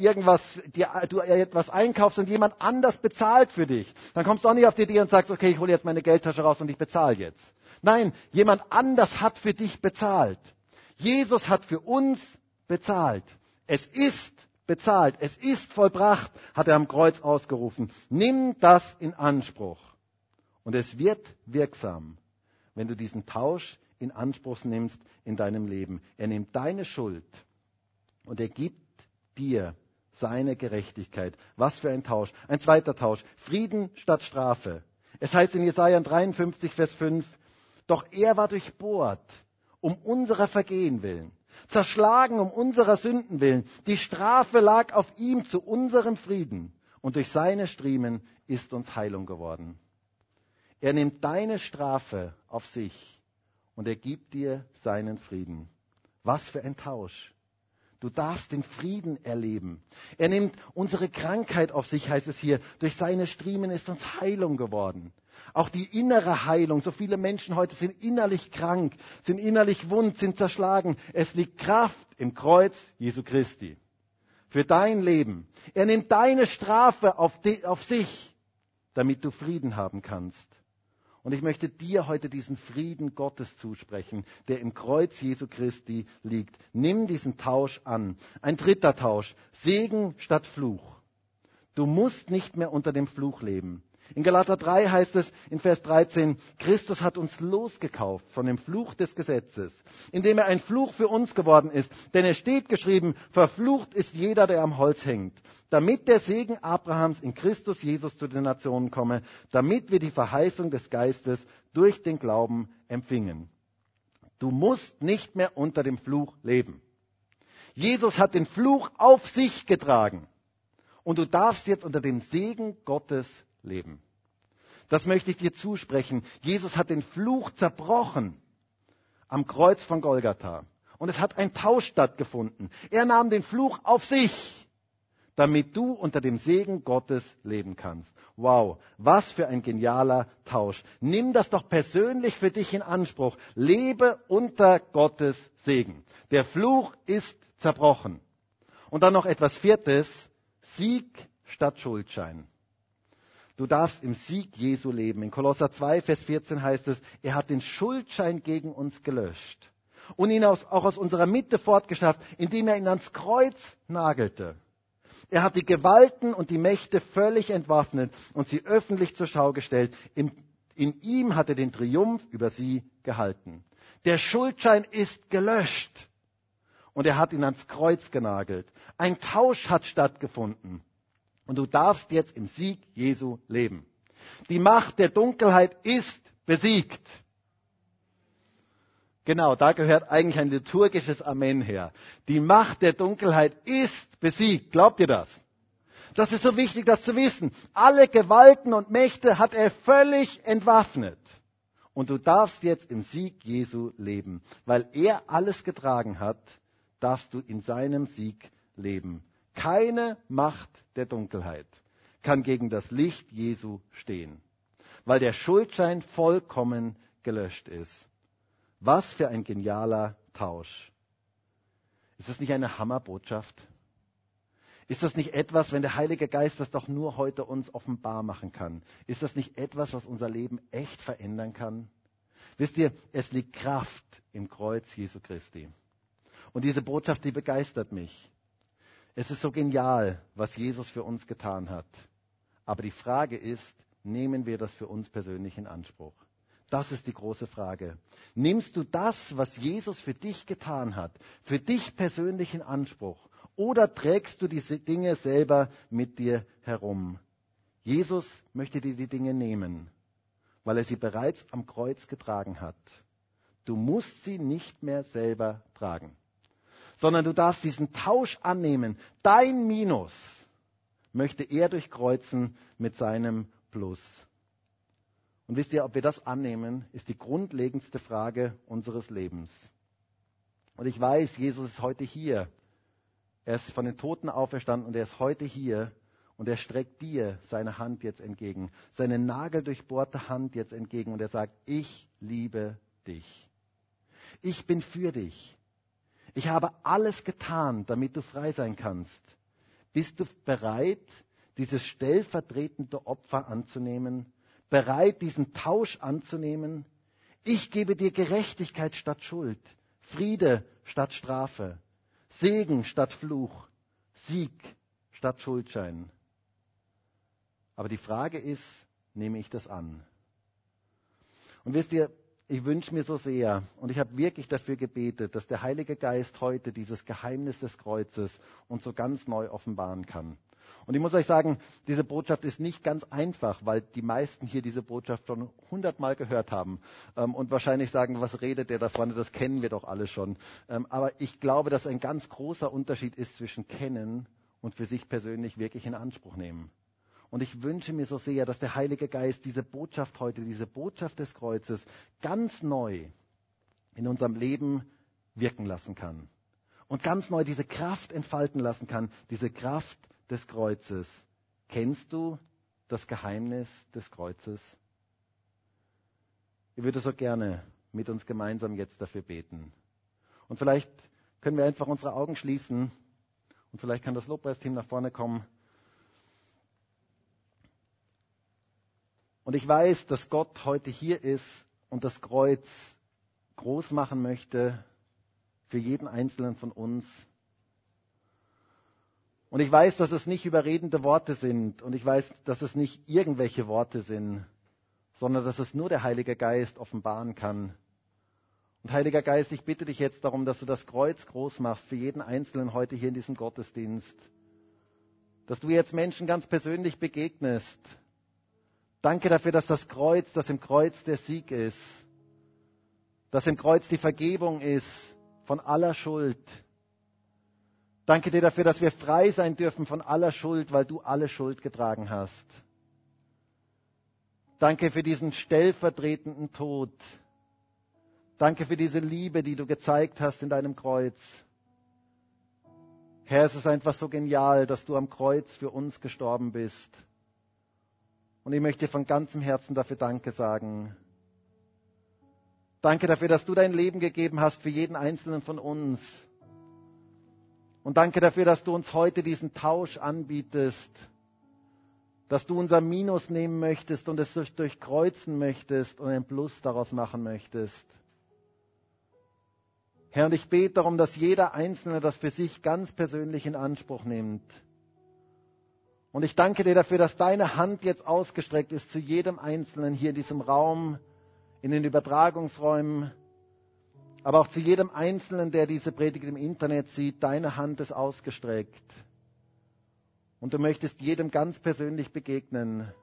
du etwas einkaufst und jemand anders bezahlt für dich. Dann kommst du auch nicht auf die Idee und sagst, okay, ich hole jetzt meine Geldtasche raus und ich bezahle jetzt. Nein, jemand anders hat für dich bezahlt. Jesus hat für uns bezahlt. Es ist bezahlt, es ist vollbracht, hat er am Kreuz ausgerufen. Nimm das in Anspruch. Und es wird wirksam, wenn du diesen Tausch in Anspruch nimmst in deinem Leben. Er nimmt deine Schuld und er gibt dir seine Gerechtigkeit. Was für ein Tausch. Ein zweiter Tausch. Frieden statt Strafe. Es heißt in Jesaja 53, Vers 5, doch er war durchbohrt um unserer Vergehen willen, zerschlagen um unserer Sünden willen. Die Strafe lag auf ihm zu unserem Frieden und durch seine Striemen ist uns Heilung geworden. Er nimmt deine Strafe auf sich und er gibt dir seinen Frieden. Was für ein Tausch. Du darfst den Frieden erleben. Er nimmt unsere Krankheit auf sich, heißt es hier. Durch seine Striemen ist uns Heilung geworden. Auch die innere Heilung. So viele Menschen heute sind innerlich krank, sind innerlich wund, sind zerschlagen. Es liegt Kraft im Kreuz Jesu Christi. Für dein Leben. Er nimmt deine Strafe auf sich, damit du Frieden haben kannst. Und ich möchte dir heute diesen Frieden Gottes zusprechen, der im Kreuz Jesu Christi liegt. Nimm diesen Tausch an. Ein dritter Tausch. Segen statt Fluch. Du musst nicht mehr unter dem Fluch leben. In Galater 3 heißt es in Vers 13, Christus hat uns losgekauft von dem Fluch des Gesetzes, indem er ein Fluch für uns geworden ist. Denn es steht geschrieben, verflucht ist jeder, der am Holz hängt, damit der Segen Abrahams in Christus Jesus zu den Nationen komme, damit wir die Verheißung des Geistes durch den Glauben empfingen. Du musst nicht mehr unter dem Fluch leben. Jesus hat den Fluch auf sich getragen und du darfst jetzt unter dem Segen Gottes leben. Das möchte ich dir zusprechen. Jesus hat den Fluch zerbrochen am Kreuz von Golgatha. Und es hat ein Tausch stattgefunden. Er nahm den Fluch auf sich, damit du unter dem Segen Gottes leben kannst. Wow, was für ein genialer Tausch. Nimm das doch persönlich für dich in Anspruch. Lebe unter Gottes Segen. Der Fluch ist zerbrochen. Und dann noch etwas Viertes. Sieg statt Schuldschein. Du darfst im Sieg Jesu leben. In Kolosser 2, Vers 14 heißt es, er hat den Schuldschein gegen uns gelöscht und ihn auch aus unserer Mitte fortgeschafft, indem er ihn ans Kreuz nagelte. Er hat die Gewalten und die Mächte völlig entwaffnet und sie öffentlich zur Schau gestellt. In ihm hat er den Triumph über sie gehalten. Der Schuldschein ist gelöscht und er hat ihn ans Kreuz genagelt. Ein Tausch hat stattgefunden. Und du darfst jetzt im Sieg Jesu leben. Die Macht der Dunkelheit ist besiegt. Genau, da gehört eigentlich ein liturgisches Amen her. Die Macht der Dunkelheit ist besiegt. Glaubt ihr das? Das ist so wichtig, das zu wissen. Alle Gewalten und Mächte hat er völlig entwaffnet. Und du darfst jetzt im Sieg Jesu leben. Weil er alles getragen hat, darfst du in seinem Sieg leben. Keine Macht der Dunkelheit kann gegen das Licht Jesu stehen, weil der Schuldschein vollkommen gelöscht ist. Was für ein genialer Tausch. Ist das nicht eine Hammerbotschaft? Ist das nicht etwas, wenn der Heilige Geist das doch nur heute uns offenbar machen kann? Ist das nicht etwas, was unser Leben echt verändern kann? Wisst ihr, es liegt Kraft im Kreuz Jesu Christi. Und diese Botschaft, die begeistert mich. Es ist so genial, was Jesus für uns getan hat. Aber die Frage ist, nehmen wir das für uns persönlich in Anspruch? Das ist die große Frage. Nimmst du das, was Jesus für dich getan hat, für dich persönlich in Anspruch? Oder trägst du diese Dinge selber mit dir herum? Jesus möchte dir die Dinge nehmen, weil er sie bereits am Kreuz getragen hat. Du musst sie nicht mehr selber tragen. Sondern du darfst diesen Tausch annehmen. Dein Minus möchte er durchkreuzen mit seinem Plus. Und wisst ihr, ob wir das annehmen, ist die grundlegendste Frage unseres Lebens. Und ich weiß, Jesus ist heute hier. Er ist von den Toten auferstanden und er ist heute hier. Und er streckt dir seine Hand jetzt entgegen, seine nageldurchbohrte Hand jetzt entgegen und er sagt, ich liebe dich. Ich bin für dich. Ich habe alles getan, damit du frei sein kannst. Bist du bereit, dieses stellvertretende Opfer anzunehmen? Bereit, diesen Tausch anzunehmen? Ich gebe dir Gerechtigkeit statt Schuld, Friede statt Strafe, Segen statt Fluch, Sieg statt Schuldschein. Aber die Frage ist, nehme ich das an? Und wisst ihr, ich wünsche mir so sehr und ich habe wirklich dafür gebetet, dass der Heilige Geist heute dieses Geheimnis des Kreuzes uns so ganz neu offenbaren kann. Und ich muss euch sagen, diese Botschaft ist nicht ganz einfach, weil die meisten hier diese Botschaft schon 100-mal gehört haben und wahrscheinlich sagen, was redet der da vorne, das kennen wir doch alle schon. Aber ich glaube, dass ein ganz großer Unterschied ist zwischen kennen und für sich persönlich wirklich in Anspruch nehmen. Und ich wünsche mir so sehr, dass der Heilige Geist diese Botschaft heute, diese Botschaft des Kreuzes ganz neu in unserem Leben wirken lassen kann. Und ganz neu diese Kraft entfalten lassen kann, diese Kraft des Kreuzes. Kennst du das Geheimnis des Kreuzes? Ich würde so gerne mit uns gemeinsam jetzt dafür beten. Und vielleicht können wir einfach unsere Augen schließen und vielleicht kann das Lobpreisteam nach vorne kommen. Und ich weiß, dass Gott heute hier ist und das Kreuz groß machen möchte für jeden Einzelnen von uns. Und ich weiß, dass es nicht überredende Worte sind und ich weiß, dass es nicht irgendwelche Worte sind, sondern dass es nur der Heilige Geist offenbaren kann. Und Heiliger Geist, ich bitte dich jetzt darum, dass du das Kreuz groß machst für jeden Einzelnen heute hier in diesem Gottesdienst. Dass du jetzt Menschen ganz persönlich begegnest. Danke dafür, dass dass im Kreuz der Sieg ist. Dass im Kreuz die Vergebung ist von aller Schuld. Danke dir dafür, dass wir frei sein dürfen von aller Schuld, weil du alle Schuld getragen hast. Danke für diesen stellvertretenden Tod. Danke für diese Liebe, die du gezeigt hast in deinem Kreuz. Herr, es ist einfach so genial, dass du am Kreuz für uns gestorben bist. Und ich möchte dir von ganzem Herzen dafür Danke sagen. Danke dafür, dass du dein Leben gegeben hast für jeden Einzelnen von uns. Und danke dafür, dass du uns heute diesen Tausch anbietest. Dass du unser Minus nehmen möchtest und es durchkreuzen möchtest und ein Plus daraus machen möchtest. Herr, und ich bete darum, dass jeder Einzelne das für sich ganz persönlich in Anspruch nimmt. Und ich danke dir dafür, dass deine Hand jetzt ausgestreckt ist zu jedem Einzelnen hier in diesem Raum, in den Übertragungsräumen, aber auch zu jedem Einzelnen, der diese Predigt im Internet sieht. Deine Hand ist ausgestreckt. Und du möchtest jedem ganz persönlich begegnen.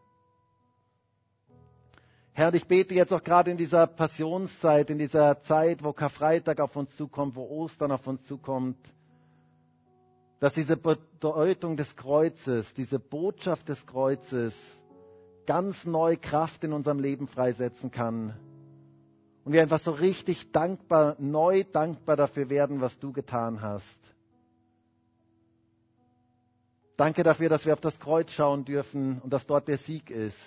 Herr, ich bete jetzt auch gerade in dieser Passionszeit, in dieser Zeit, wo Karfreitag auf uns zukommt, wo Ostern auf uns zukommt, dass diese Bedeutung des Kreuzes, diese Botschaft des Kreuzes ganz neu Kraft in unserem Leben freisetzen kann. Und wir einfach so richtig dankbar, neu dankbar dafür werden, was du getan hast. Danke dafür, dass wir auf das Kreuz schauen dürfen und dass dort der Sieg ist.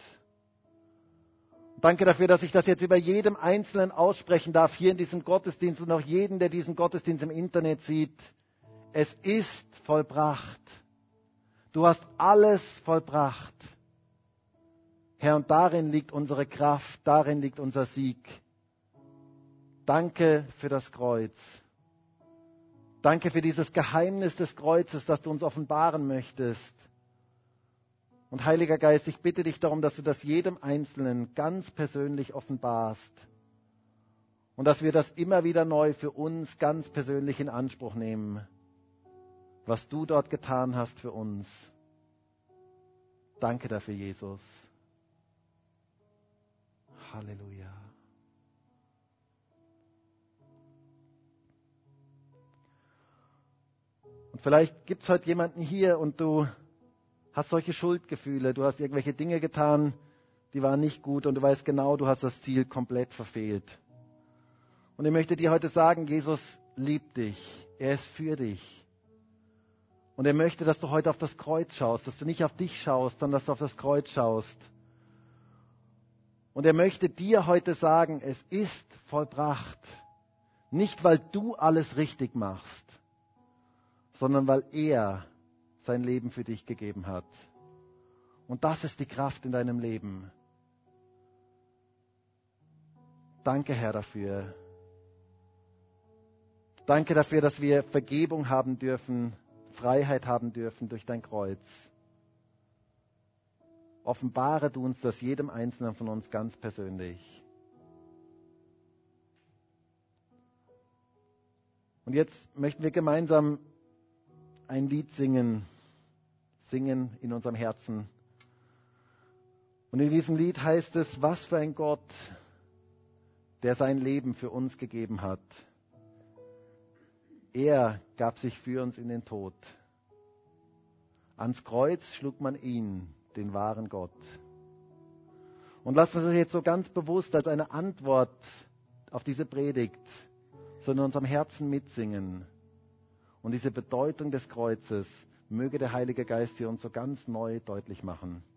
Danke dafür, dass ich das jetzt über jedem Einzelnen aussprechen darf, hier in diesem Gottesdienst und auch jeden, der diesen Gottesdienst im Internet sieht. Es ist vollbracht. Du hast alles vollbracht. Herr, und darin liegt unsere Kraft, darin liegt unser Sieg. Danke für das Kreuz. Danke für dieses Geheimnis des Kreuzes, das du uns offenbaren möchtest. Und Heiliger Geist, ich bitte dich darum, dass du das jedem Einzelnen ganz persönlich offenbarst. Und dass wir das immer wieder neu für uns ganz persönlich in Anspruch nehmen, was du dort getan hast für uns. Danke dafür, Jesus. Halleluja. Und vielleicht gibt es heute jemanden hier und du hast solche Schuldgefühle, du hast irgendwelche Dinge getan, die waren nicht gut und du weißt genau, du hast das Ziel komplett verfehlt. Und ich möchte dir heute sagen, Jesus liebt dich, er ist für dich. Und er möchte, dass du heute auf das Kreuz schaust, dass du nicht auf dich schaust, sondern dass du auf das Kreuz schaust. Und er möchte dir heute sagen, es ist vollbracht. Nicht, weil du alles richtig machst, sondern weil er sein Leben für dich gegeben hat. Und das ist die Kraft in deinem Leben. Danke, Herr, dafür. Danke dafür, dass wir Vergebung haben dürfen, Freiheit haben dürfen durch dein Kreuz. Offenbare du uns das jedem Einzelnen von uns ganz persönlich. Und jetzt möchten wir gemeinsam ein Lied singen in unserem Herzen. Und in diesem Lied heißt es, was für ein Gott, der sein Leben für uns gegeben hat. Er gab sich für uns in den Tod. Ans Kreuz schlug man ihn, den wahren Gott. Und lasst uns das jetzt so ganz bewusst als eine Antwort auf diese Predigt so in unserem Herzen mitsingen. Und diese Bedeutung des Kreuzes möge der Heilige Geist hier uns so ganz neu deutlich machen.